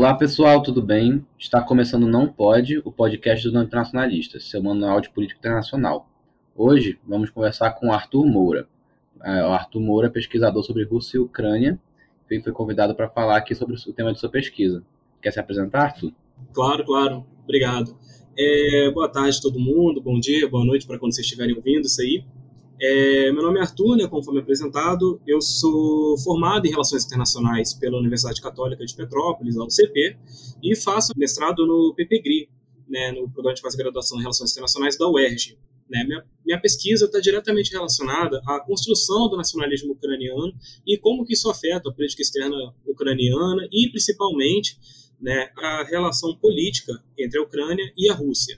Olá pessoal, tudo bem? Está começando o Não Pode, o podcast do Não Internacionalistas, seu manual de política internacional. Hoje vamos conversar com o Arthur Moura. O Arthur Moura é pesquisador sobre Rússia e Ucrânia e foi convidado para falar aqui sobre o tema de sua pesquisa. Quer se apresentar, Arthur? Claro. Obrigado. Boa tarde a todo mundo, bom dia, boa noite para quando vocês estiverem ouvindo isso aí. Meu nome é Arthur, conforme apresentado. Eu sou formado em Relações Internacionais pela Universidade Católica de Petrópolis, a UCP, e faço mestrado no PPGRI, no Programa de Pós-Graduação em Relações Internacionais da UERJ. Minha pesquisa está diretamente relacionada à construção do nacionalismo ucraniano e como que isso afeta a política externa ucraniana e, principalmente, a relação política entre a Ucrânia e a Rússia.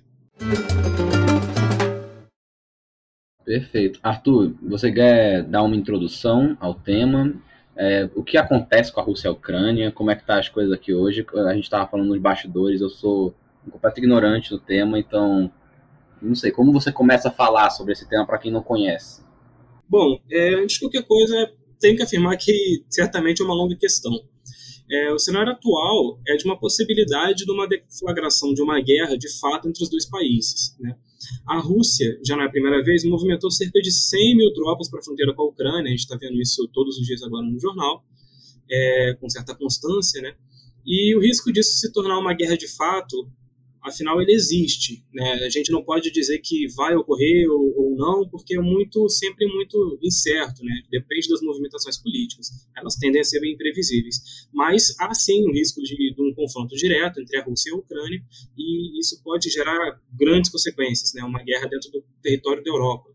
Perfeito. Arthur, você quer dar uma introdução ao tema? O que acontece com a Rússia e a Ucrânia? Como é que tá as coisas aqui hoje? A gente estava falando nos bastidores, eu sou um completo ignorante do tema, então não sei, como você começa a falar sobre esse tema para quem não conhece? Bom, antes de qualquer coisa, tenho que afirmar que certamente é uma longa questão. O cenário atual é de uma possibilidade de uma deflagração de uma guerra de fato entre os dois países. A Rússia, já não é a primeira vez, movimentou cerca de 100 mil tropas para a fronteira com a Ucrânia. A gente está vendo isso todos os dias agora no jornal, com certa constância, E o risco disso se tornar uma guerra de fato, afinal, ele existe. A gente não pode dizer que vai ocorrer ou não, porque é sempre muito incerto. Depende das movimentações políticas. Elas tendem a ser bem imprevisíveis. Mas há, sim, um risco de um confronto direto entre a Rússia e a Ucrânia, e isso pode gerar grandes consequências, uma guerra dentro do território da Europa.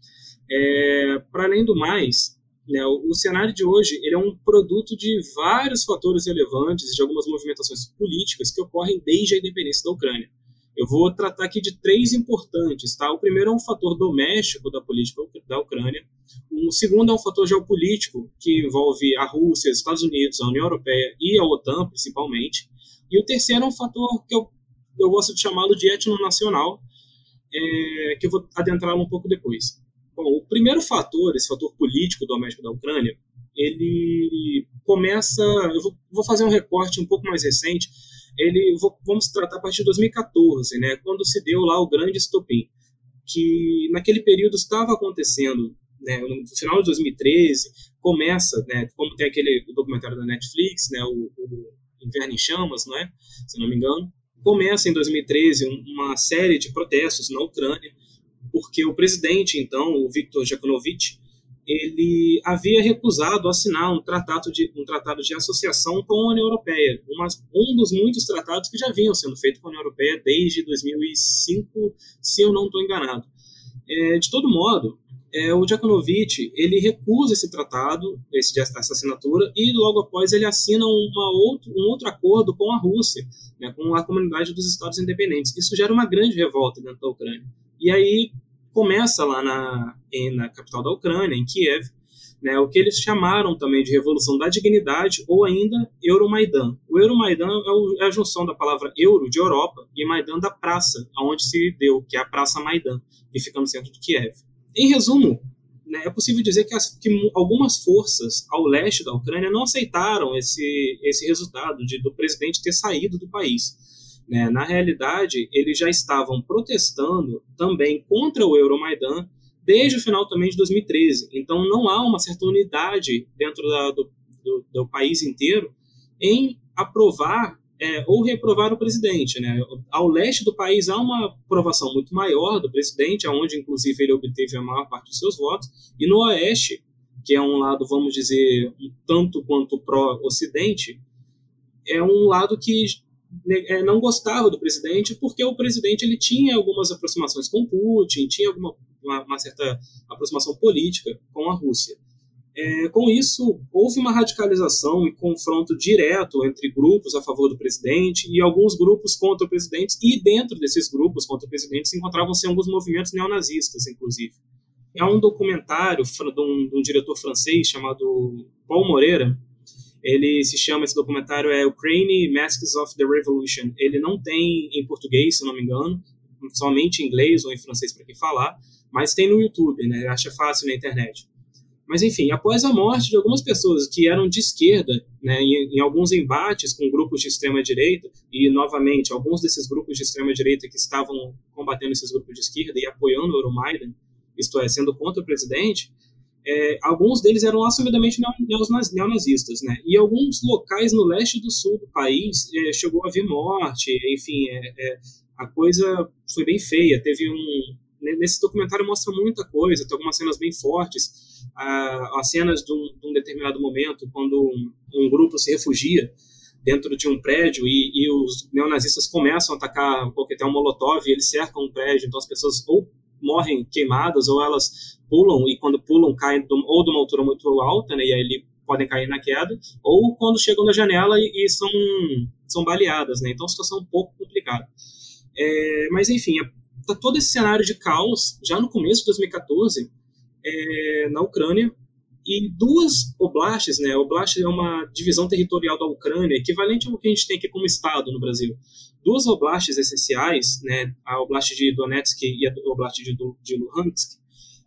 Para além do mais, o cenário de hoje ele é um produto de vários fatores relevantes e de algumas movimentações políticas que ocorrem desde a independência da Ucrânia. Eu vou tratar aqui de 3 importantes. O primeiro é um fator doméstico da política da Ucrânia. O segundo é um fator geopolítico que envolve a Rússia, os Estados Unidos, a União Europeia e a OTAN, principalmente. E o terceiro é um fator que eu gosto de chamá-lo de etnonacional, que eu vou adentrar um pouco depois. Bom, o primeiro fator, esse fator político doméstico da Ucrânia, ele começa... Eu vou fazer um recorte um pouco mais recente. Vamos tratar a partir de 2014, quando se deu lá o grande estopim, que naquele período estava acontecendo, no final de 2013, começa, como tem aquele documentário da Netflix, o Inverno em Chamas, se não me engano, começa em 2013 uma série de protestos na Ucrânia, porque o presidente, então, o Viktor Yanukovych, ele havia recusado assinar um tratado de associação com a União Europeia, um dos muitos tratados que já vinham sendo feitos com a União Europeia desde 2005, se eu não estou enganado. De todo modo, o Yanukovych ele recusa esse tratado, essa assinatura, e logo após ele assina um outro acordo com a Rússia, com a comunidade dos Estados Independentes. Isso gera uma grande revolta dentro da Ucrânia. E aí começa lá na capital da Ucrânia, em Kiev, o que eles chamaram também de Revolução da Dignidade ou ainda Euromaidan. O Euromaidan é a junção da palavra Euro, de Europa, e Maidan da praça, onde se deu, que é a Praça Maidan, que fica no centro de Kiev. Em resumo, é possível dizer que algumas forças ao leste da Ucrânia não aceitaram esse resultado do presidente ter saído do país. Na realidade, eles já estavam protestando também contra o Euromaidan desde o final também de 2013. Então, não há uma certa unidade dentro do país inteiro em aprovar ou reprovar o presidente. Ao leste do país há uma aprovação muito maior do presidente, onde, inclusive, ele obteve a maior parte dos seus votos, e no oeste, que é um lado, vamos dizer, um tanto quanto pró-ocidente, é um lado que não gostava do presidente, porque o presidente ele tinha algumas aproximações com Putin, tinha uma certa aproximação política com a Rússia. Com isso, houve uma radicalização e confronto direto entre grupos a favor do presidente e alguns grupos contra o presidente, e dentro desses grupos contra o presidente se encontravam-se alguns movimentos neonazistas, inclusive. É um documentário de um diretor francês chamado Paul Moreira. Esse documentário é Ukraine Masks of the Revolution. Ele não tem em português, se não me engano, somente em inglês ou em francês para quem falar, mas tem no YouTube, acha fácil na internet. Mas, enfim, após a morte de algumas pessoas que eram de esquerda, né, em alguns embates com grupos de extrema-direita, e, novamente, alguns desses grupos de extrema-direita que estavam combatendo esses grupos de esquerda e apoiando o Euromaidan, isto é, sendo contra o presidente, alguns deles eram assumidamente neonazistas, né? E alguns locais no leste e do sul do país chegou a haver morte, enfim, a coisa foi bem feia. Nesse documentário mostra muita coisa, tem algumas cenas bem fortes, as cenas de um determinado momento, quando um grupo se refugia dentro de um prédio e os neonazistas começam a atacar um coquetel molotov e eles cercam um prédio, então as pessoas ou morrem queimadas ou elas pulam e quando pulam caem ou de uma altura muito alta, né, e aí podem cair na queda, ou quando chegam na janela e são baleadas, né, então a situação é um pouco complicada. Mas enfim, tá todo esse cenário de caos já no começo de 2014 na Ucrânia, e duas oblastes, né? Oblast é uma divisão territorial da Ucrânia, equivalente ao que a gente tem aqui como Estado no Brasil. Duas oblastes essenciais, né? A Oblast de Donetsk e a Oblast de Luhansk,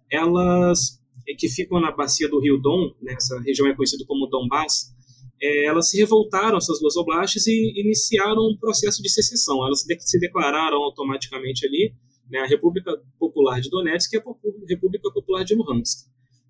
elas que ficam na bacia do rio Don, né? Essa região é conhecida como Donbass, elas se revoltaram, essas duas oblastes, e iniciaram um processo de secessão. Elas se declararam automaticamente ali, né? A República Popular de Donetsk e a República Popular de Luhansk.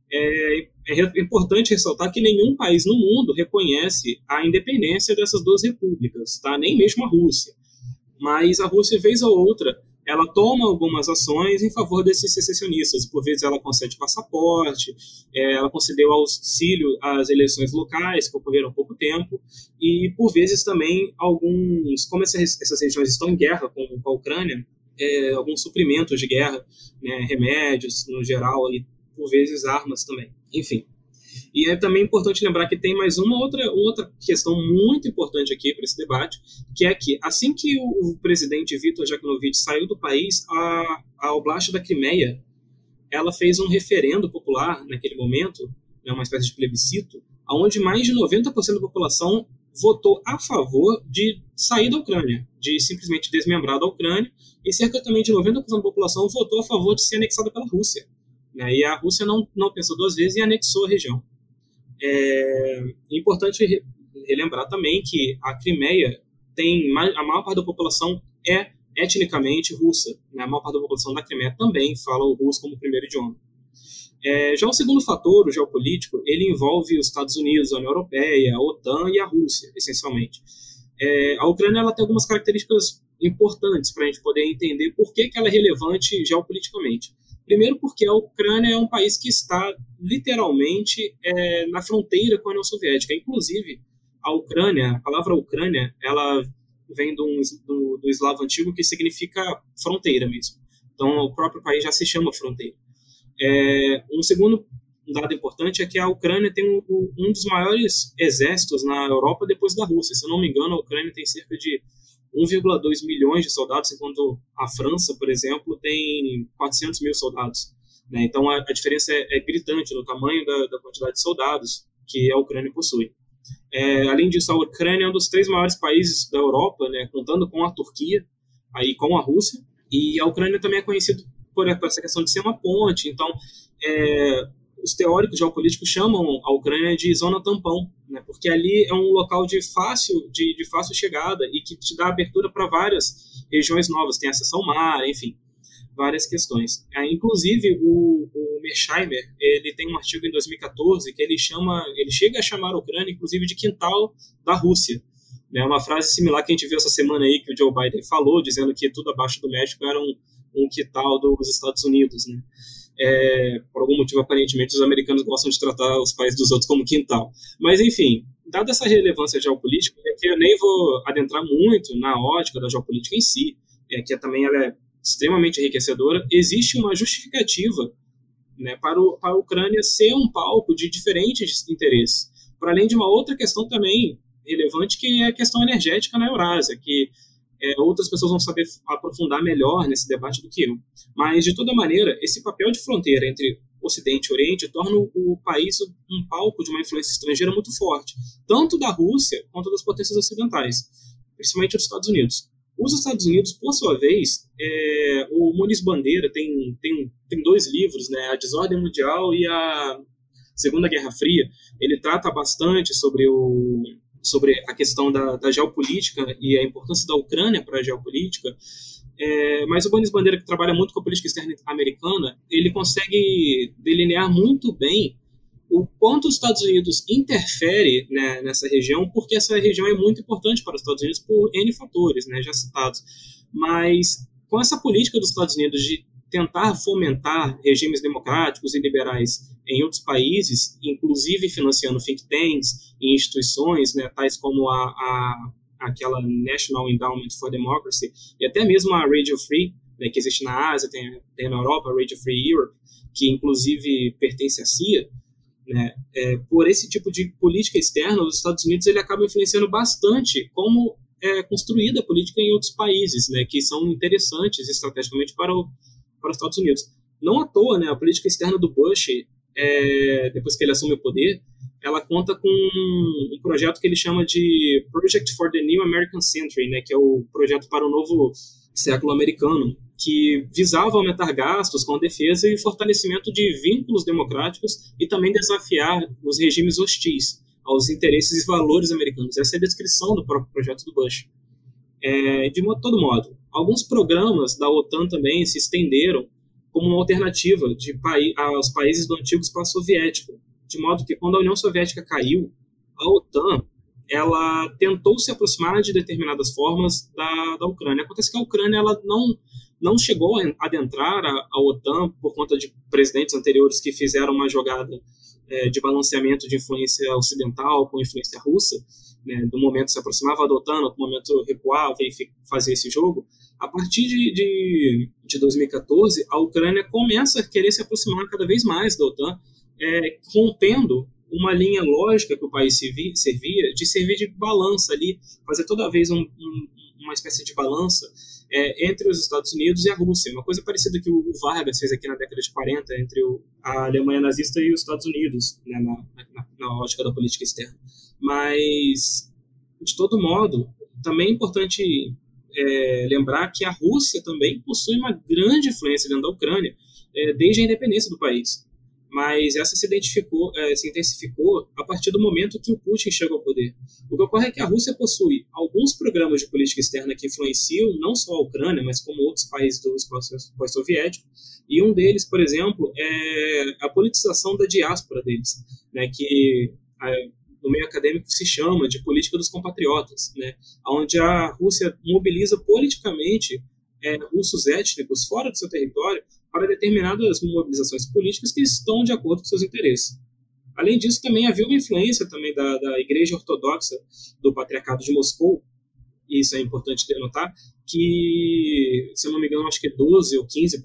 É importante ressaltar que nenhum país no mundo reconhece a independência dessas duas repúblicas, tá? Nem mesmo a Rússia. Mas a Rússia, vez ou outra, ela toma algumas ações em favor desses secessionistas. Por vezes ela concede passaporte, ela concedeu auxílio às eleições locais, que ocorreram há pouco tempo, e por vezes também como essas regiões estão em guerra com a Ucrânia, alguns suprimentos de guerra, né, remédios no geral, e por vezes armas também, enfim. E é também importante lembrar que tem mais uma outra questão muito importante aqui para esse debate, que é que assim que o presidente Viktor Yanukovych saiu do país, a Oblast da Crimeia, ela fez um referendo popular naquele momento, né, uma espécie de plebiscito, onde mais de 90% da população votou a favor de sair da Ucrânia, de simplesmente desmembrar da Ucrânia, e cerca também de 90% da população votou a favor de ser anexada pela Rússia. E a Rússia não pensou duas vezes e anexou a região. É importante relembrar também que a Crimeia a maior parte da população é etnicamente russa, né? A maior parte da população da Crimeia também fala o russo como primeiro idioma. Já o segundo fator, o geopolítico, ele envolve os Estados Unidos, a União Europeia, a OTAN e a Rússia, essencialmente. A Ucrânia ela tem algumas características importantes para a gente poder entender por que ela é relevante geopoliticamente. Primeiro porque a Ucrânia é um país que está literalmente na fronteira com a União Soviética. Inclusive, a palavra Ucrânia, ela vem do eslavo antigo que significa fronteira mesmo. Então, o próprio país já se chama fronteira. Um segundo dado importante é que a Ucrânia tem um dos maiores exércitos na Europa depois da Rússia. Se eu não me engano, a Ucrânia tem cerca de 1,2 milhões de soldados, enquanto a França, por exemplo, tem 400 mil soldados, né? Então, a diferença é gritante no tamanho da quantidade de soldados que a Ucrânia possui. Além disso, a Ucrânia é um dos 3 maiores países da Europa, né, contando com a Turquia, aí com a Rússia, e a Ucrânia também é conhecida por essa questão de ser uma ponte. Então, os teóricos geopolíticos chamam a Ucrânia de zona tampão, né, porque ali é um local de fácil chegada e que te dá abertura para várias regiões novas, tem acesso ao mar, enfim, várias questões. Inclusive, o Mersheimer, ele tem um artigo em 2014 que ele chega a chamar a Ucrânia, inclusive, de quintal da Rússia. É uma frase similar que a gente viu essa semana aí, que o Joe Biden falou, dizendo que tudo abaixo do México era um quintal dos Estados Unidos, né? Por algum motivo, aparentemente, os americanos gostam de tratar os países dos outros como quintal. Mas, enfim, dada essa relevância geopolítica, que eu nem vou adentrar muito na ótica da geopolítica em si, que também ela é extremamente enriquecedora, existe uma justificativa, né, para a Ucrânia ser um palco de diferentes interesses. Para além de uma outra questão também relevante, que é a questão energética na Eurásia, que outras pessoas vão saber aprofundar melhor nesse debate do que eu. Mas, de toda maneira, esse papel de fronteira entre Ocidente e Oriente torna o país um palco de uma influência estrangeira muito forte, tanto da Rússia quanto das potências ocidentais, principalmente dos Estados Unidos. Os Estados Unidos, por sua vez, o Muniz Bandeira tem 2 livros, né, A Desordem Mundial e a Segunda Guerra Fria, ele trata bastante sobre a questão da geopolítica e a importância da Ucrânia para a geopolítica. Mas o Bonis Bandeira, que trabalha muito com a política externa americana, ele consegue delinear muito bem o quanto os Estados Unidos interfere, né, nessa região, porque essa região é muito importante para os Estados Unidos por N fatores, né, já citados. Mas com essa política dos Estados Unidos de tentar fomentar regimes democráticos e liberais em outros países, inclusive financiando think tanks e instituições, né, tais como aquela National Endowment for Democracy, e até mesmo a Radio Free, né, que existe na Ásia, tem na Europa, a Radio Free Europe, que inclusive pertence à CIA, né, por esse tipo de política externa, os Estados Unidos ele acaba influenciando bastante como é construída a política em outros países, né, que são interessantes estrategicamente para os Estados Unidos. Não à toa, né, a política externa do Bush, depois que ele assume o poder, ela conta com um projeto que ele chama de Project for the New American Century, né, que é o projeto para o novo século americano, que visava aumentar gastos com a defesa e fortalecimento de vínculos democráticos e também desafiar os regimes hostis aos interesses e valores americanos. Essa é a descrição do próprio projeto do Bush. De todo modo, alguns programas da OTAN também se estenderam como uma alternativa aos países do antigo espaço soviético, de modo que quando a União Soviética caiu, a OTAN ela tentou se aproximar de determinadas formas da Ucrânia. Acontece que a Ucrânia ela não chegou a adentrar a OTAN por conta de presidentes anteriores que fizeram uma jogada de balanceamento de influência ocidental com influência russa, né, do momento se aproximava da OTAN, no momento recuava e fazia esse jogo. A partir de 2014, a Ucrânia começa a querer se aproximar cada vez mais da OTAN, rompendo uma linha lógica que o país servia de servir de balança ali, fazer toda vez uma espécie de balança entre os Estados Unidos e a Rússia, uma coisa parecida que o Vargas fez aqui na década de 40 entre a Alemanha nazista e os Estados Unidos, né, na ótica da política externa. Mas, de todo modo, também é importante lembrar que a Rússia também possui uma grande influência dentro da Ucrânia, desde a independência do país. Mas essa se intensificou a partir do momento que o Putin chegou ao poder. O que ocorre é que a Rússia possui alguns programas de política externa que influenciam não só a Ucrânia, mas como outros países do espaço pós-soviético, e um deles, por exemplo, é a politização da diáspora deles, né, que no meio acadêmico se chama de política dos compatriotas, né, onde a Rússia mobiliza politicamente russos étnicos fora do seu território para determinadas mobilizações políticas que estão de acordo com seus interesses. Além disso, também havia uma influência também da Igreja Ortodoxa do Patriarcado de Moscou, e isso é importante denotar, que, se eu não me engano, acho que 12 ou 15%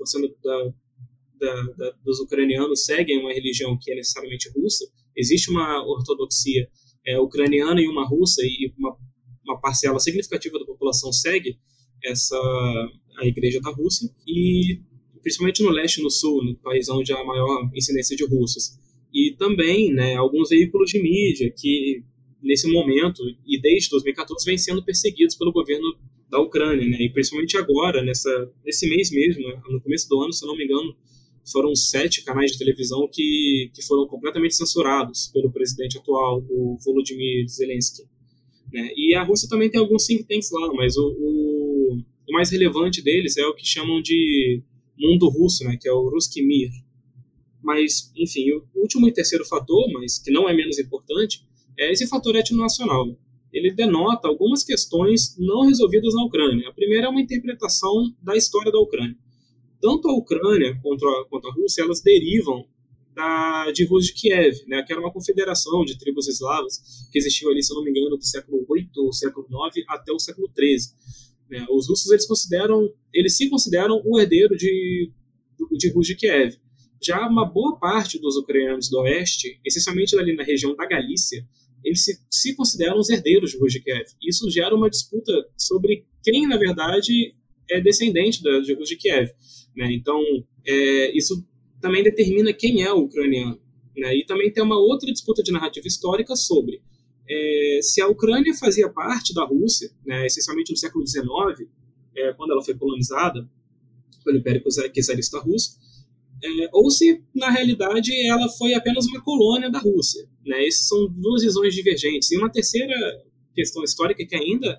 dos ucranianos seguem uma religião que é necessariamente russa. Existe uma ortodoxia ucraniana e uma russa, e uma parcela significativa da população segue a Igreja da Rússia, e principalmente no leste e no sul, no país onde há a maior incidência de russos. E também, né, alguns veículos de mídia que, nesse momento, e desde 2014, vêm sendo perseguidos pelo governo da Ucrânia, né, e principalmente agora, nesse mês mesmo, no começo do ano, se eu não me engano, foram 7 canais de televisão que foram completamente censurados pelo presidente atual, o Volodymyr Zelensky. Né, e a Rússia também tem alguns think tanks lá, mas o mais relevante deles é o que chamam de mundo russo, né, que é o Ruski Mir. Mas, enfim, o último e terceiro fator, mas que não é menos importante, é esse fator etnonacional. Ele denota algumas questões não resolvidas na Ucrânia. A primeira é uma interpretação da história da Ucrânia. Tanto a Ucrânia quanto a Rússia, elas derivam de Rus de Kiev, né, que era uma confederação de tribos eslavas que existiu ali, se eu não me engano, do século VIII ou século IX até o século XIII. Os russos eles se consideram o herdeiro de Rus de Kiev. Já uma boa parte dos ucranianos do oeste, essencialmente ali na região da Galícia, eles se consideram os herdeiros de Rus de Kiev. Isso gera uma disputa sobre quem, na verdade, é descendente de Rus de Kiev. Né? Então, isso também determina quem é o ucraniano. Né? E também tem uma outra disputa de narrativa histórica sobre se a Ucrânia fazia parte da Rússia, né, essencialmente no século XIX, quando ela foi colonizada pelo Império Czarista Russo, ou se, na realidade, ela foi apenas uma colônia da Rússia. Né? Essas são duas visões divergentes. E uma terceira questão histórica que ainda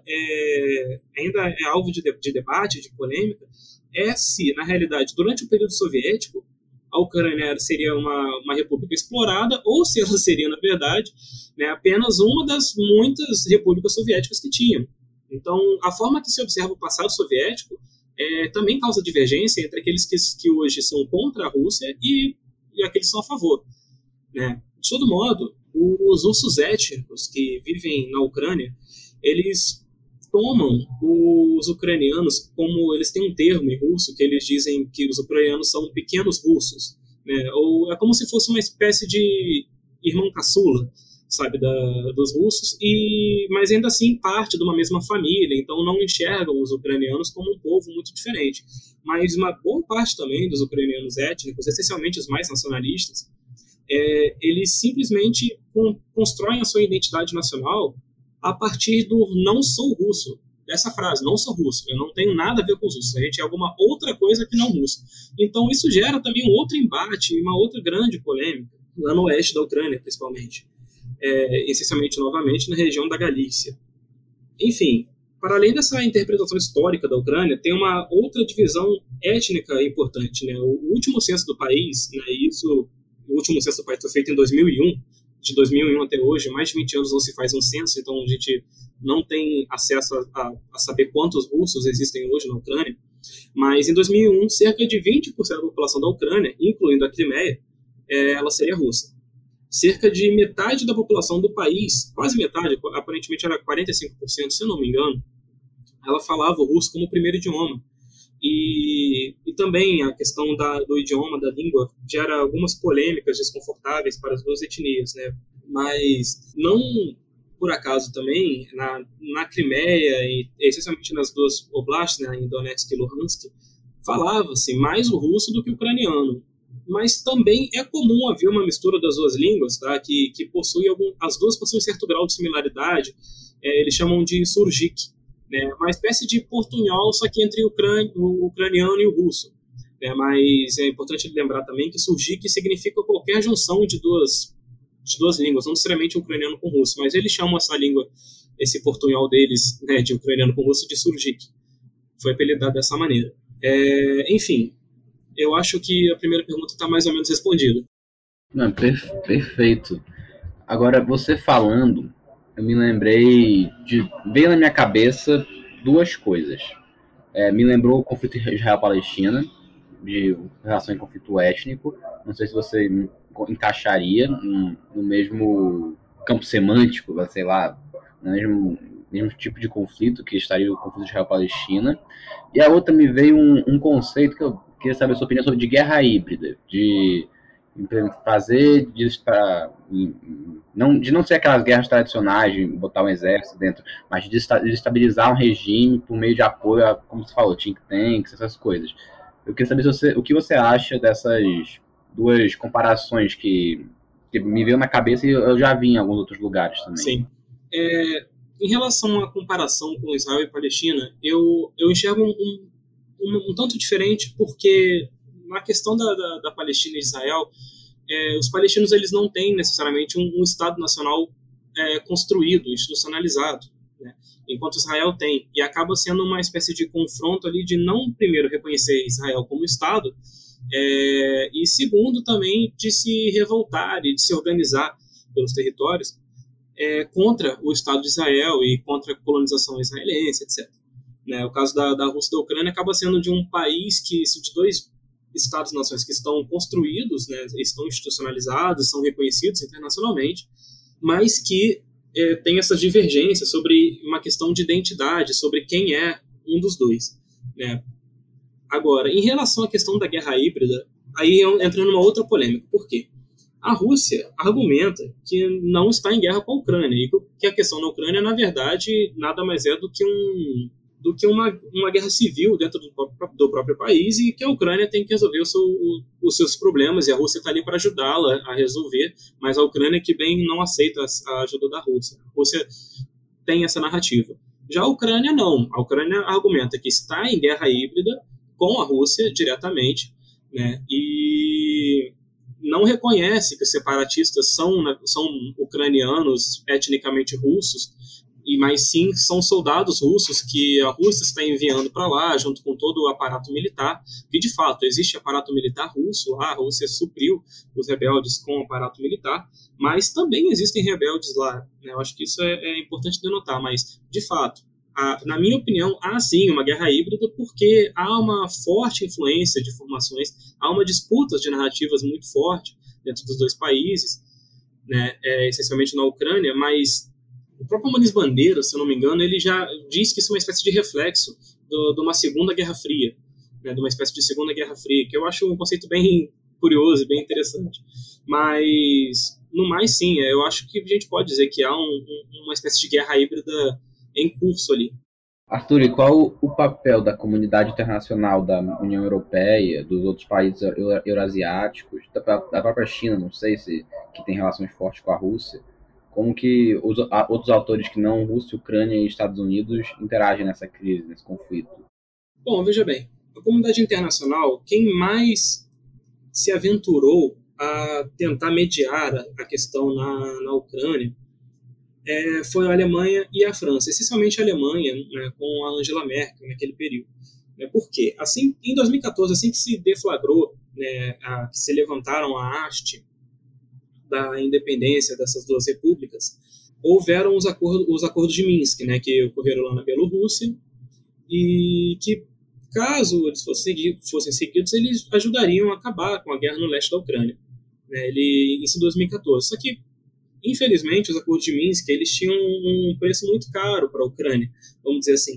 é alvo de debate, de polêmica, é se, na realidade, durante o período soviético, a Ucrânia seria uma república explorada ou se ela seria, na verdade, né, apenas uma das muitas repúblicas soviéticas que tinham. Então, a forma que se observa o passado soviético também causa divergência entre aqueles que hoje são contra a Rússia e aqueles que são a favor. Né? De todo modo, os russos étnicos que vivem na Ucrânia, eles tomam os ucranianos, como eles têm um termo em russo, que eles dizem que os ucranianos são pequenos russos, né? Ou é como se fosse uma espécie de irmão caçula, sabe, dos russos, mas ainda assim parte de uma mesma família, então não enxergam os ucranianos como um povo muito diferente. Mas uma boa parte também dos ucranianos étnicos, essencialmente os mais nacionalistas, eles simplesmente constroem a sua identidade nacional a partir do não sou russo. Dessa frase, não sou russo, eu não tenho nada a ver com os russos, a gente é alguma outra coisa que não russo. Então isso gera também um outro embate, uma outra grande polêmica, lá no oeste da Ucrânia, principalmente. Essencialmente, novamente, na região da Galícia. Enfim, para além dessa interpretação histórica da Ucrânia, tem uma outra divisão étnica importante. Né? O último censo do país, né, o último censo do país foi feito em 2001, de 2001 até hoje, mais de 20 anos não se faz um censo, então a gente não tem acesso a saber quantos russos existem hoje na Ucrânia, mas em 2001, cerca de 20% da população da Ucrânia, incluindo a Crimeia, ela seria russa. Cerca de metade da população do país, quase metade, aparentemente era 45%, se eu não me engano, ela falava o russo como primeiro idioma. E também a questão do idioma, da língua, gera algumas polêmicas desconfortáveis para as duas etnias, né? Mas não por acaso também, na Crimeia, e essencialmente nas duas oblastes, né, em Donetsk e Luhansk, falava-se mais o russo do que o ucraniano. Mas também é comum haver uma mistura das duas línguas, tá? que possui as duas possuem certo grau de similaridade, eles chamam de surjik, né? Uma espécie de portunhol, só que entre o ucraniano e o russo. Né? Mas é importante lembrar também que surjik significa qualquer junção de duas línguas, não necessariamente ucraniano com russo, mas eles chamam essa língua, esse portunhol deles, né, de ucraniano com russo, de surjik. Foi apelidado dessa maneira. Enfim, eu acho que a primeira pergunta está mais ou menos respondida. Não, perfeito. Agora, você falando, eu me lembrei veio na minha cabeça duas coisas. Me lembrou o conflito Israel-Palestina, de relação em conflito étnico. Não sei se você encaixaria no mesmo campo semântico, sei lá, no mesmo tipo de conflito que estaria o conflito Israel-Palestina. E a outra me veio um conceito que eu queria saber a sua opinião sobre de guerra híbrida, de fazer de não ser aquelas guerras tradicionais, de botar um exército dentro, mas de estabilizar um regime por meio de apoio a, como você falou, think tanks, essas coisas. Eu queria saber o que você acha dessas duas comparações que me veio na cabeça e eu já vi em alguns outros lugares também. Sim. Em relação à comparação com Israel e Palestina, eu enxergo um tanto diferente, porque na questão da Palestina e Israel, os palestinos eles não têm necessariamente um Estado nacional construído, institucionalizado, né? Enquanto Israel tem, e acaba sendo uma espécie de confronto ali de não, primeiro, reconhecer Israel como Estado, e segundo, também de se revoltar e de se organizar pelos territórios contra o Estado de Israel e contra a colonização israelense, etc. Né? O caso da Rússia e da Ucrânia acaba sendo de um país de dois Estados-nações que estão construídos, né, estão institucionalizados, são reconhecidos internacionalmente, mas que tem essas divergências sobre uma questão de identidade, sobre quem é um dos dois. Né? Agora, em relação à questão da guerra híbrida, aí entra numa outra polêmica. Por quê? A Rússia argumenta que não está em guerra com a Ucrânia, e que a questão na Ucrânia, na verdade, nada mais é do que uma guerra civil dentro do próprio país, e que a Ucrânia tem que resolver os seus problemas, e a Rússia está ali para ajudá-la a resolver, mas a Ucrânia que bem não aceita a ajuda da Rússia. A Rússia tem essa narrativa. Já a Ucrânia não. A Ucrânia argumenta que está em guerra híbrida com a Rússia diretamente, né? E não reconhece que os separatistas são ucranianos etnicamente russos, mas sim são soldados russos que a Rússia está enviando para lá, junto com todo o aparato militar, que de fato existe aparato militar russo lá, a Rússia supriu os rebeldes com o aparato militar, mas também existem rebeldes lá, né? Eu acho que isso é importante denotar, mas de fato, na minha opinião, há sim uma guerra híbrida, porque há uma forte influência de formações, há uma disputa de narrativas muito forte dentro dos dois países, né, essencialmente na Ucrânia, mas o próprio Muniz Bandeira, se eu não me engano, ele já diz que isso é uma espécie de reflexo de uma Segunda Guerra Fria, né, de uma espécie de Segunda Guerra Fria, que eu acho um conceito bem curioso e bem interessante. Mas, no mais, sim, eu acho que a gente pode dizer que há uma espécie de guerra híbrida em curso ali. Arthur, e qual o papel da comunidade internacional, da União Europeia, dos outros países eurasiáticos, da própria China, não sei se que tem relações fortes com a Rússia, como que os outros autores que não Rússia, Ucrânia e Estados Unidos interagem nessa crise, nesse conflito? Bom, veja bem, a comunidade internacional, quem mais se aventurou a tentar mediar a questão na Ucrânia foi a Alemanha e a França, essencialmente a Alemanha, né, com a Angela Merkel naquele período. Por quê? Assim, em 2014, assim que se deflagrou, né, que se levantaram a haste da independência dessas duas repúblicas, houveram os acordos de Minsk, né, que ocorreram lá na Bielorrússia, e que, caso eles fossem seguidos, eles ajudariam a acabar com a guerra no leste da Ucrânia. Isso em 2014. Só que, infelizmente, os acordos de Minsk eles tinham um preço muito caro para a Ucrânia, vamos dizer assim.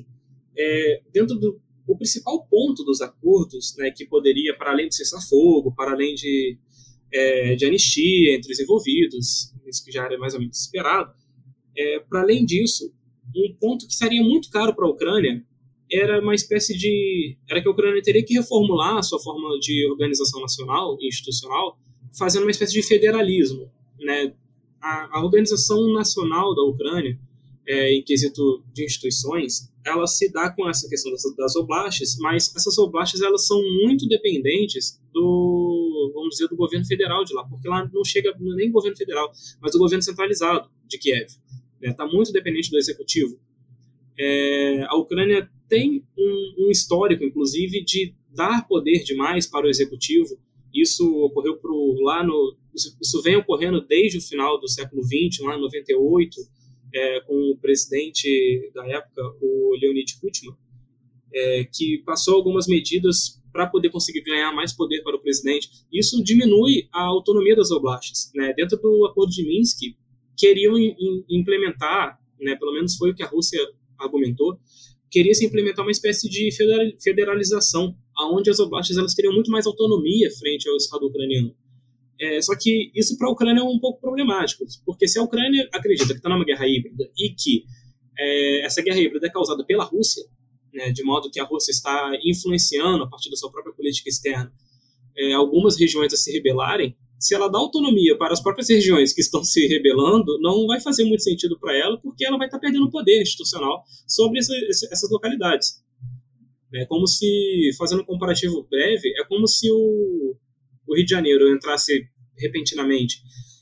O principal ponto dos acordos, né, que poderia, para além do cessar-fogo, para além de anistia entre os envolvidos, isso que já era mais ou menos esperado, para além disso, um ponto que seria muito caro para a Ucrânia era uma espécie era que a Ucrânia teria que reformular a sua forma de organização nacional e institucional, fazendo uma espécie de federalismo, né? A organização nacional da Ucrânia, em quesito de instituições, ela se dá com essa questão das oblastes, mas essas oblastes elas são muito dependentes vamos dizer, do governo federal de lá, porque lá não chega nem governo federal, mas do governo centralizado de Kiev. Está muito dependente do executivo. A Ucrânia tem um histórico, inclusive, de dar poder demais para o executivo. Isso ocorreu isso vem ocorrendo desde o final do século XX, lá em 98, com o presidente da época, o Leonid Kuchma, que passou algumas medidas para poder conseguir ganhar mais poder para o presidente. Isso diminui a autonomia das oblastes, né? Dentro do Acordo de Minsk, queriam implementar, né, pelo menos foi o que a Rússia argumentou, queria-se implementar uma espécie de federalização, onde as oblastes elas teriam muito mais autonomia frente ao Estado ucraniano. Só que isso para a Ucrânia é um pouco problemático, porque se a Ucrânia acredita que está numa guerra híbrida e que essa guerra híbrida é causada pela Rússia, né, de modo que a Rússia está influenciando, a partir da sua própria política externa, algumas regiões a se rebelarem, se ela dá autonomia para as próprias regiões que estão se rebelando, não vai fazer muito sentido para ela, porque ela vai estar perdendo poder institucional sobre essas localidades. Como se, fazendo um comparativo breve, é como se o Rio de Janeiro entrasse repentinamente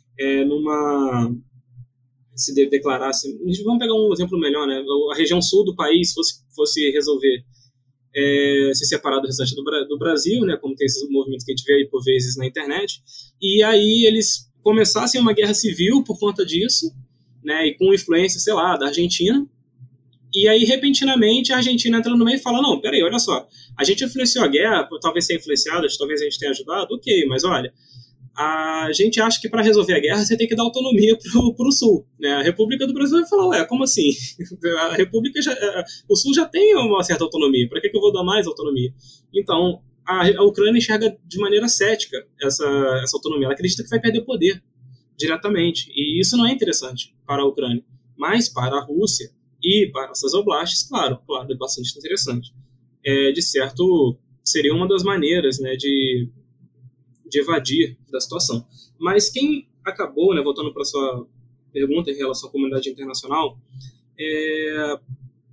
se declarasse, vamos pegar um exemplo melhor, né? A região sul do país fosse resolver se separar do restante do Brasil, né? Como tem esses movimentos que a gente vê aí por vezes na internet, e aí eles começassem uma guerra civil por conta disso, né? E com influência, sei lá, da Argentina, e aí repentinamente a Argentina entra no meio e fala, não, peraí, olha só, a gente influenciou a guerra, talvez tenha influenciado, talvez a gente tenha ajudado, ok, mas olha, a gente acha que para resolver a guerra você tem que dar autonomia para o Sul, né? A República do Brasil vai falar, como assim? O Sul já tem uma certa autonomia, para que eu vou dar mais autonomia? Então, a Ucrânia enxerga de maneira cética essa autonomia, ela acredita que vai perder poder diretamente, e isso não é interessante para a Ucrânia, mas para a Rússia e para essas oblastes, claro, é bastante interessante. De certo, seria uma das maneiras, né, de evadir da situação. Mas quem acabou, né, voltando para a sua pergunta em relação à comunidade internacional,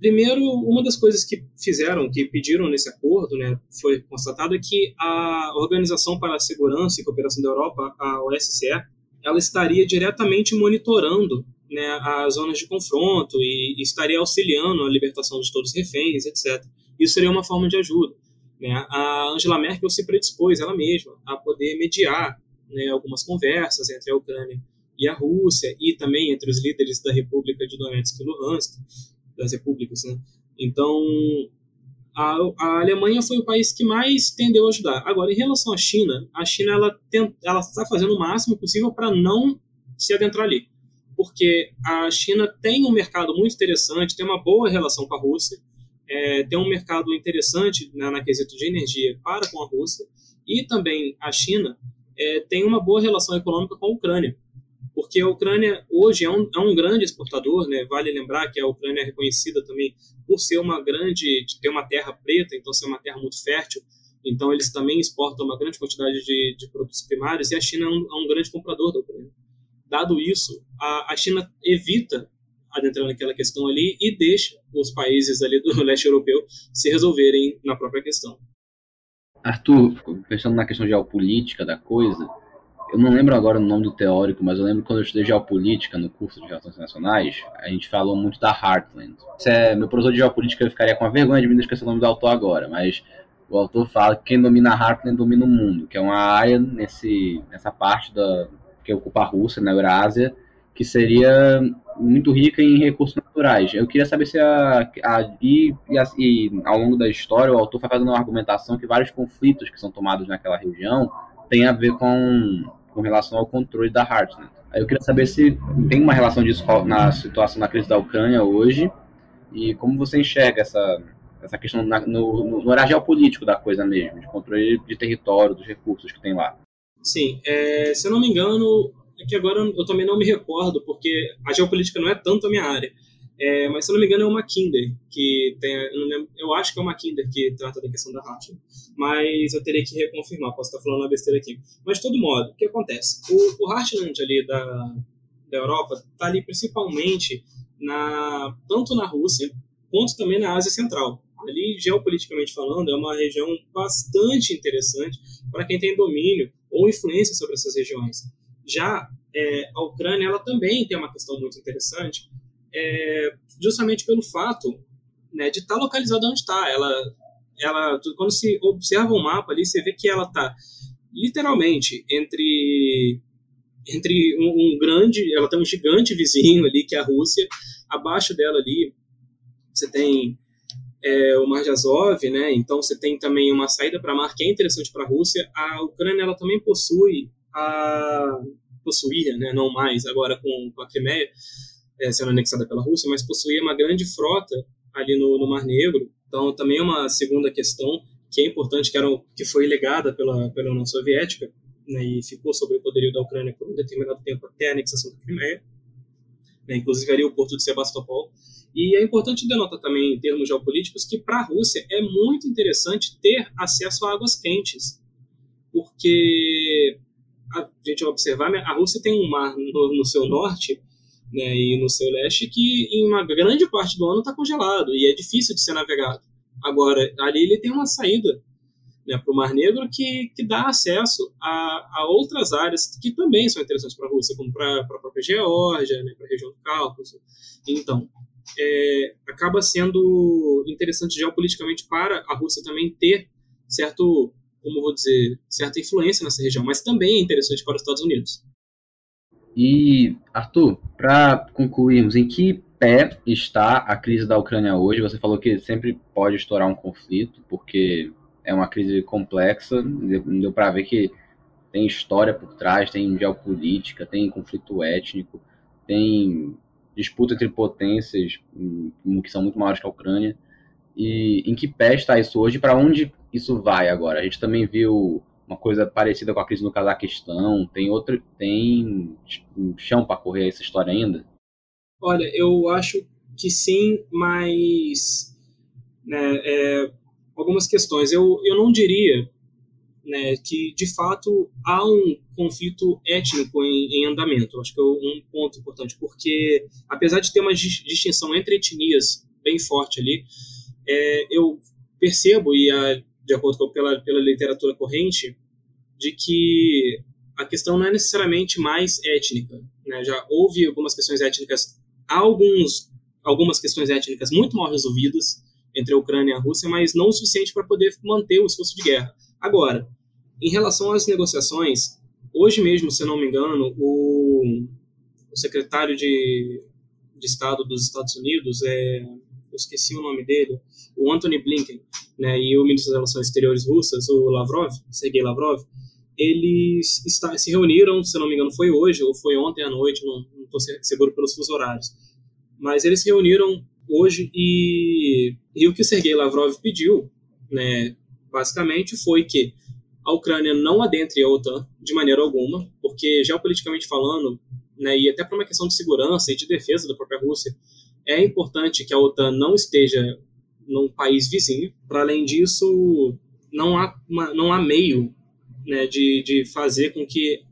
Primeiro, uma das coisas que pediram nesse acordo, né, foi constatado, é que a Organização para a Segurança e Cooperação da Europa, a OSCE, ela estaria diretamente monitorando, né, as zonas de confronto e estaria auxiliando a libertação de todos os reféns, etc. Isso seria uma forma de ajuda, né? A Angela Merkel se predispôs, ela mesma, a poder mediar, né, algumas conversas entre a Ucrânia e a Rússia, e também entre os líderes da República de Donetsk e Luhansk, das repúblicas, né? Então, a Alemanha foi o país que mais tendeu a ajudar. Agora, em relação à China, ela está fazendo o máximo possível para não se adentrar ali, porque a China tem um mercado muito interessante, tem uma boa relação com a Rússia, tem um mercado interessante, né, na quesito de energia para com a Rússia, e também a China tem uma boa relação econômica com a Ucrânia, porque a Ucrânia hoje é um grande exportador, né? Vale lembrar que a Ucrânia é reconhecida também por ser de ter uma terra preta, então ser uma terra muito fértil, então eles também exportam uma grande quantidade de produtos primários, e a China é um grande comprador da Ucrânia. Dado isso, a China evita adentrar naquela questão ali e deixa os países ali do leste europeu se resolverem na própria questão. Arthur, pensando na questão geopolítica da coisa, eu não lembro agora o nome do teórico, mas eu lembro que quando eu estudei geopolítica no curso de Relações Internacionais, a gente falou muito da Heartland. Meu professor de geopolítica ficaria com a vergonha de me esquecer o nome do autor agora, mas o autor fala que quem domina a Heartland domina o mundo, que é uma área nessa parte que ocupa a Rússia, na Eurásia, que seria muito rica em recursos naturais. Eu queria saber se ao longo da história o autor vai fazendo uma argumentação que vários conflitos que são tomados naquela região têm a ver com relação ao controle da Heartland. Aí eu queria saber se tem uma relação disso na situação da crise da Ucrânia hoje e como você enxerga essa questão no horário geopolítico da coisa mesmo, de controle de território, dos recursos que tem lá. Sim, se eu não me engano, é que agora eu também não me recordo, porque a geopolítica não é tanto a minha área, mas se eu não me engano é o Mackinder, eu acho que é o Mackinder que trata da questão da Heartland, mas eu teria que reconfirmar, posso estar falando uma besteira aqui. Mas de todo modo, o que acontece? O Heartland ali da Europa está ali principalmente tanto na Rússia, quanto também na Ásia Central. Ali, geopoliticamente falando, é uma região bastante interessante para quem tem domínio ou influência sobre essas regiões. Já a Ucrânia, ela também tem uma questão muito interessante, justamente pelo fato, né, de estar localizada onde está. Ela, quando se observa um mapa ali, você vê que ela está literalmente entre ela tem um gigante vizinho ali, que é a Rússia. Abaixo dela ali, você tem o Mar de Azov, né? Então você tem também uma saída para mar que é interessante para a Rússia. A Ucrânia, ela também possuía, né? Não mais agora com a Crimeia sendo anexada pela Rússia, mas possuía uma grande frota ali no Mar Negro. Então também é uma segunda questão que é importante, que foi legada pela União Soviética, né? E ficou sob o poderio da Ucrânia por um determinado tempo até a anexação da Crimeia, né? Inclusive ali o porto de Sebastopol. E é importante denotar também, em termos geopolíticos, que para a Rússia é muito interessante ter acesso a águas quentes, porque a gente vai observar, a Rússia tem um mar no seu norte, né, e no seu leste que em uma grande parte do ano está congelado e é difícil de ser navegado. Agora, ali ele tem uma saída, né, para o Mar Negro que dá acesso a outras áreas que também são interessantes para a Rússia, como para a própria Geórgia, né, para a região do Cáucaso. Então, acaba sendo interessante geopoliticamente para a Rússia também ter certa influência nessa região, mas também é interessante para os Estados Unidos. E, Arthur, para concluirmos, em que pé está a crise da Ucrânia hoje? Você falou que sempre pode estourar um conflito, porque é uma crise complexa, deu para ver que tem história por trás, tem geopolítica, tem conflito étnico, tem disputa entre potências que são muito maiores que a Ucrânia. E em que pé está isso hoje? Para onde isso vai agora? A gente também viu uma coisa parecida com a crise no Cazaquistão. Tem chão para correr essa história ainda? Olha, eu acho que sim, mas algumas questões. Eu não diria, né, que de fato há um conflito étnico em andamento. Acho que é um ponto importante, porque apesar de ter uma distinção entre etnias bem forte ali. Eu percebo, e de acordo pela literatura corrente, de que a questão não é necessariamente mais étnica, né? Já houve algumas questões étnicas, algumas questões étnicas muito mal resolvidas entre a Ucrânia e a Rússia, mas não o suficiente para poder manter o esforço de guerra. Agora, em relação às negociações, hoje mesmo, se eu não me engano, o secretário de Estado dos Estados Unidos, eu esqueci o nome dele, o Antony Blinken, né, e o ministro das Relações Exteriores russas, o Lavrov, Sergei Lavrov, eles se reuniram, se não me engano, foi hoje ou foi ontem à noite, não estou seguro pelos fusos horários, mas eles se reuniram hoje e o que o Sergei Lavrov pediu, né, basicamente, foi que a Ucrânia não adentre a OTAN de maneira alguma, porque geopoliticamente falando, né, e até por uma questão de segurança e de defesa da própria Rússia, é importante que a OTAN não esteja num país vizinho. Para além disso, não há meio, né, de fazer com que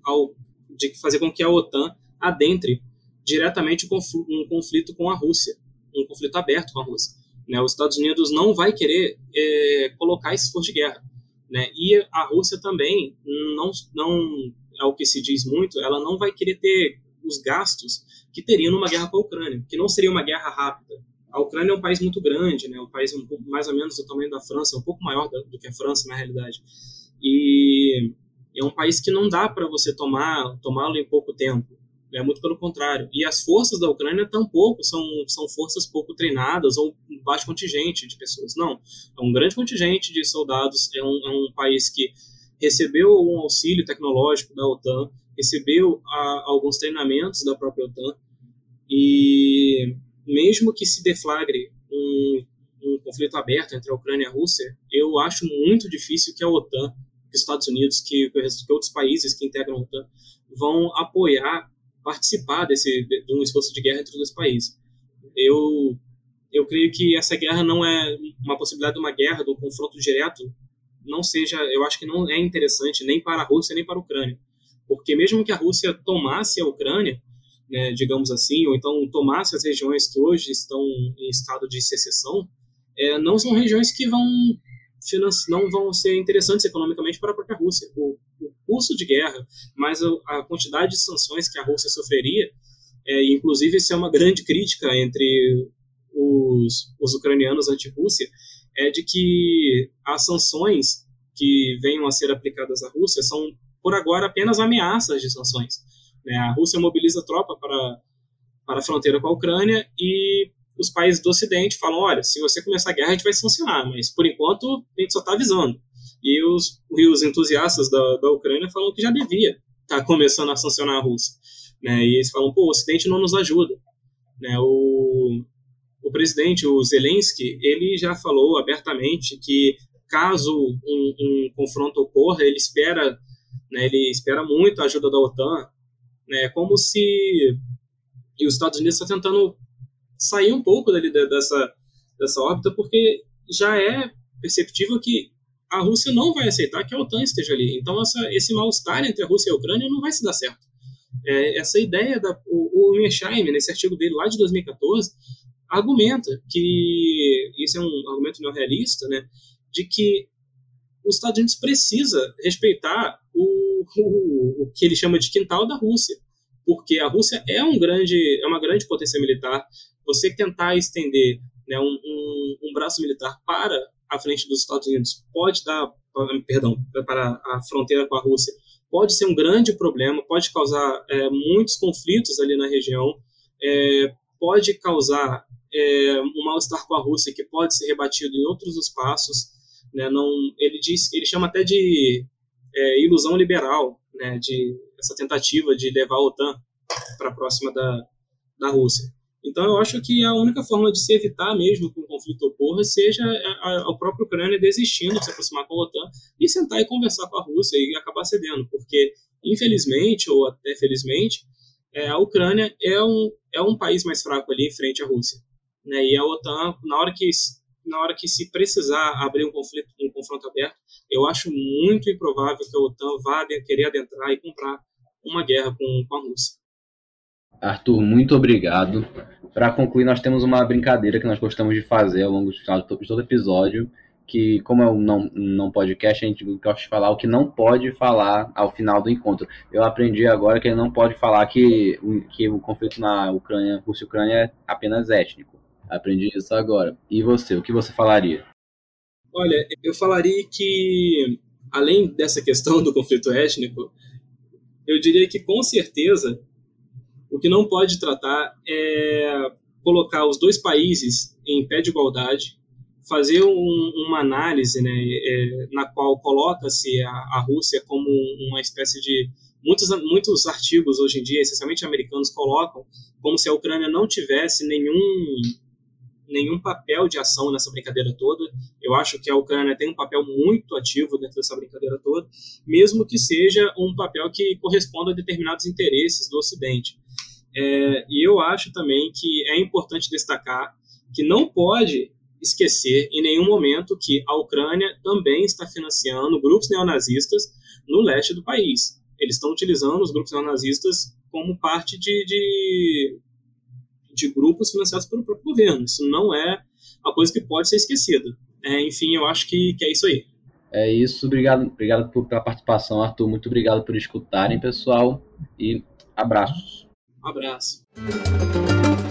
a OTAN adentre diretamente um conflito com a Rússia, um conflito aberto com a Rússia. Né? Os Estados Unidos não vai querer colocar esse esforço de guerra. Né? E a Rússia também, não é o que se diz muito, ela não vai querer ter os gastos que teria numa guerra com a Ucrânia, que não seria uma guerra rápida. A Ucrânia é um país muito grande, né? Um país um pouco, mais ou menos do tamanho da França, um pouco maior do que a França, na realidade. E é um país que não dá para você tomá-lo em pouco tempo. É muito pelo contrário. E as forças da Ucrânia tampouco são forças pouco treinadas ou um baixo contingente de pessoas. Não, é um grande contingente de soldados. É um país que recebeu um auxílio tecnológico da OTAN, recebeu alguns treinamentos da própria OTAN, e mesmo que se deflagre um conflito aberto entre a Ucrânia e a Rússia, eu acho muito difícil que a OTAN, que os Estados Unidos, que outros países que integram a OTAN vão participar de um esforço de guerra entre os dois países. Eu creio que essa guerra não é uma possibilidade de uma guerra, de um confronto direto, eu acho que não é interessante nem para a Rússia nem para a Ucrânia. Porque mesmo que a Rússia tomasse a Ucrânia, né, digamos assim, ou então tomasse as regiões que hoje estão em estado de secessão, não são regiões que não vão ser interessantes economicamente para a própria Rússia. O custo de guerra, mais a quantidade de sanções que a Rússia sofreria, inclusive isso é uma grande crítica entre os ucranianos anti-Rússia, é de que as sanções que venham a ser aplicadas à Rússia são, por agora, apenas ameaças de sanções. Né? A Rússia mobiliza tropa para a fronteira com a Ucrânia e os países do Ocidente falam, olha, se você começar a guerra, a gente vai sancionar, mas, por enquanto, a gente só está avisando. E os entusiastas da Ucrânia falam que já devia estar começando a sancionar a Rússia. Né? E eles falam, o Ocidente não nos ajuda. Né? O presidente, o Zelensky, ele já falou abertamente que, caso um confronto ocorra, ele espera muito a ajuda da OTAN, né, como se e os Estados Unidos estão tentando sair um pouco dessa órbita, porque já é perceptível que a Rússia não vai aceitar que a OTAN esteja ali. Então, esse mal-estar entre a Rússia e a Ucrânia não vai se dar certo. Essa ideia, o Mearsheimer, nesse artigo dele lá de 2014, argumenta que, isso é um argumento neorrealista, né, de que os Estados Unidos precisa respeitar o que ele chama de quintal da Rússia, porque a Rússia é uma grande potência militar. Você tentar estender, né, um braço militar para a frente dos Estados Unidos para a fronteira com a Rússia, pode ser um grande problema, pode causar muitos conflitos ali na região, pode causar um mal-estar com a Rússia que pode ser rebatido em outros espaços. Né, ele chama até de ilusão liberal, né, de essa tentativa de levar a OTAN para próxima da Rússia. Então, eu acho que a única forma de se evitar mesmo que um conflito ocorra seja a própria Ucrânia desistindo de se aproximar com a OTAN e sentar e conversar com a Rússia e acabar cedendo, porque, infelizmente, ou até felizmente, a Ucrânia é um país mais fraco ali em frente à Rússia. Né, e a OTAN, na hora que se precisar abrir um confronto aberto, eu acho muito improvável que a OTAN vá querer adentrar e comprar uma guerra com a Rússia. Arthur, muito obrigado. Para concluir, nós temos uma brincadeira que nós gostamos de fazer ao longo de todo episódio, que, como é um não podcast, a gente gosta de falar o que não pode falar ao final do encontro. Eu aprendi agora que ele não pode falar que o conflito na Ucrânia, Rússia e Ucrânia é apenas étnico. Aprendi isso agora. E você, o que você falaria? Olha, eu falaria que, além dessa questão do conflito étnico, eu diria que, com certeza, o que não pode tratar é colocar os dois países em pé de igualdade, fazer uma análise, né, na qual coloca-se a Rússia como uma espécie de... Muitos artigos hoje em dia, essencialmente americanos, colocam como se a Ucrânia não tivesse nenhum papel de ação nessa brincadeira toda. Eu acho que a Ucrânia tem um papel muito ativo dentro dessa brincadeira toda, mesmo que seja um papel que corresponda a determinados interesses do Ocidente. E eu acho também que é importante destacar que não pode esquecer em nenhum momento que a Ucrânia também está financiando grupos neonazistas no leste do país. Eles estão utilizando os grupos neonazistas como parte de grupos financiados pelo próprio governo. Isso não é uma coisa que pode ser esquecida. Enfim, eu acho que é isso aí. É isso, obrigado pela participação, Arthur. Muito obrigado por escutarem, pessoal, e abraços. Um abraço.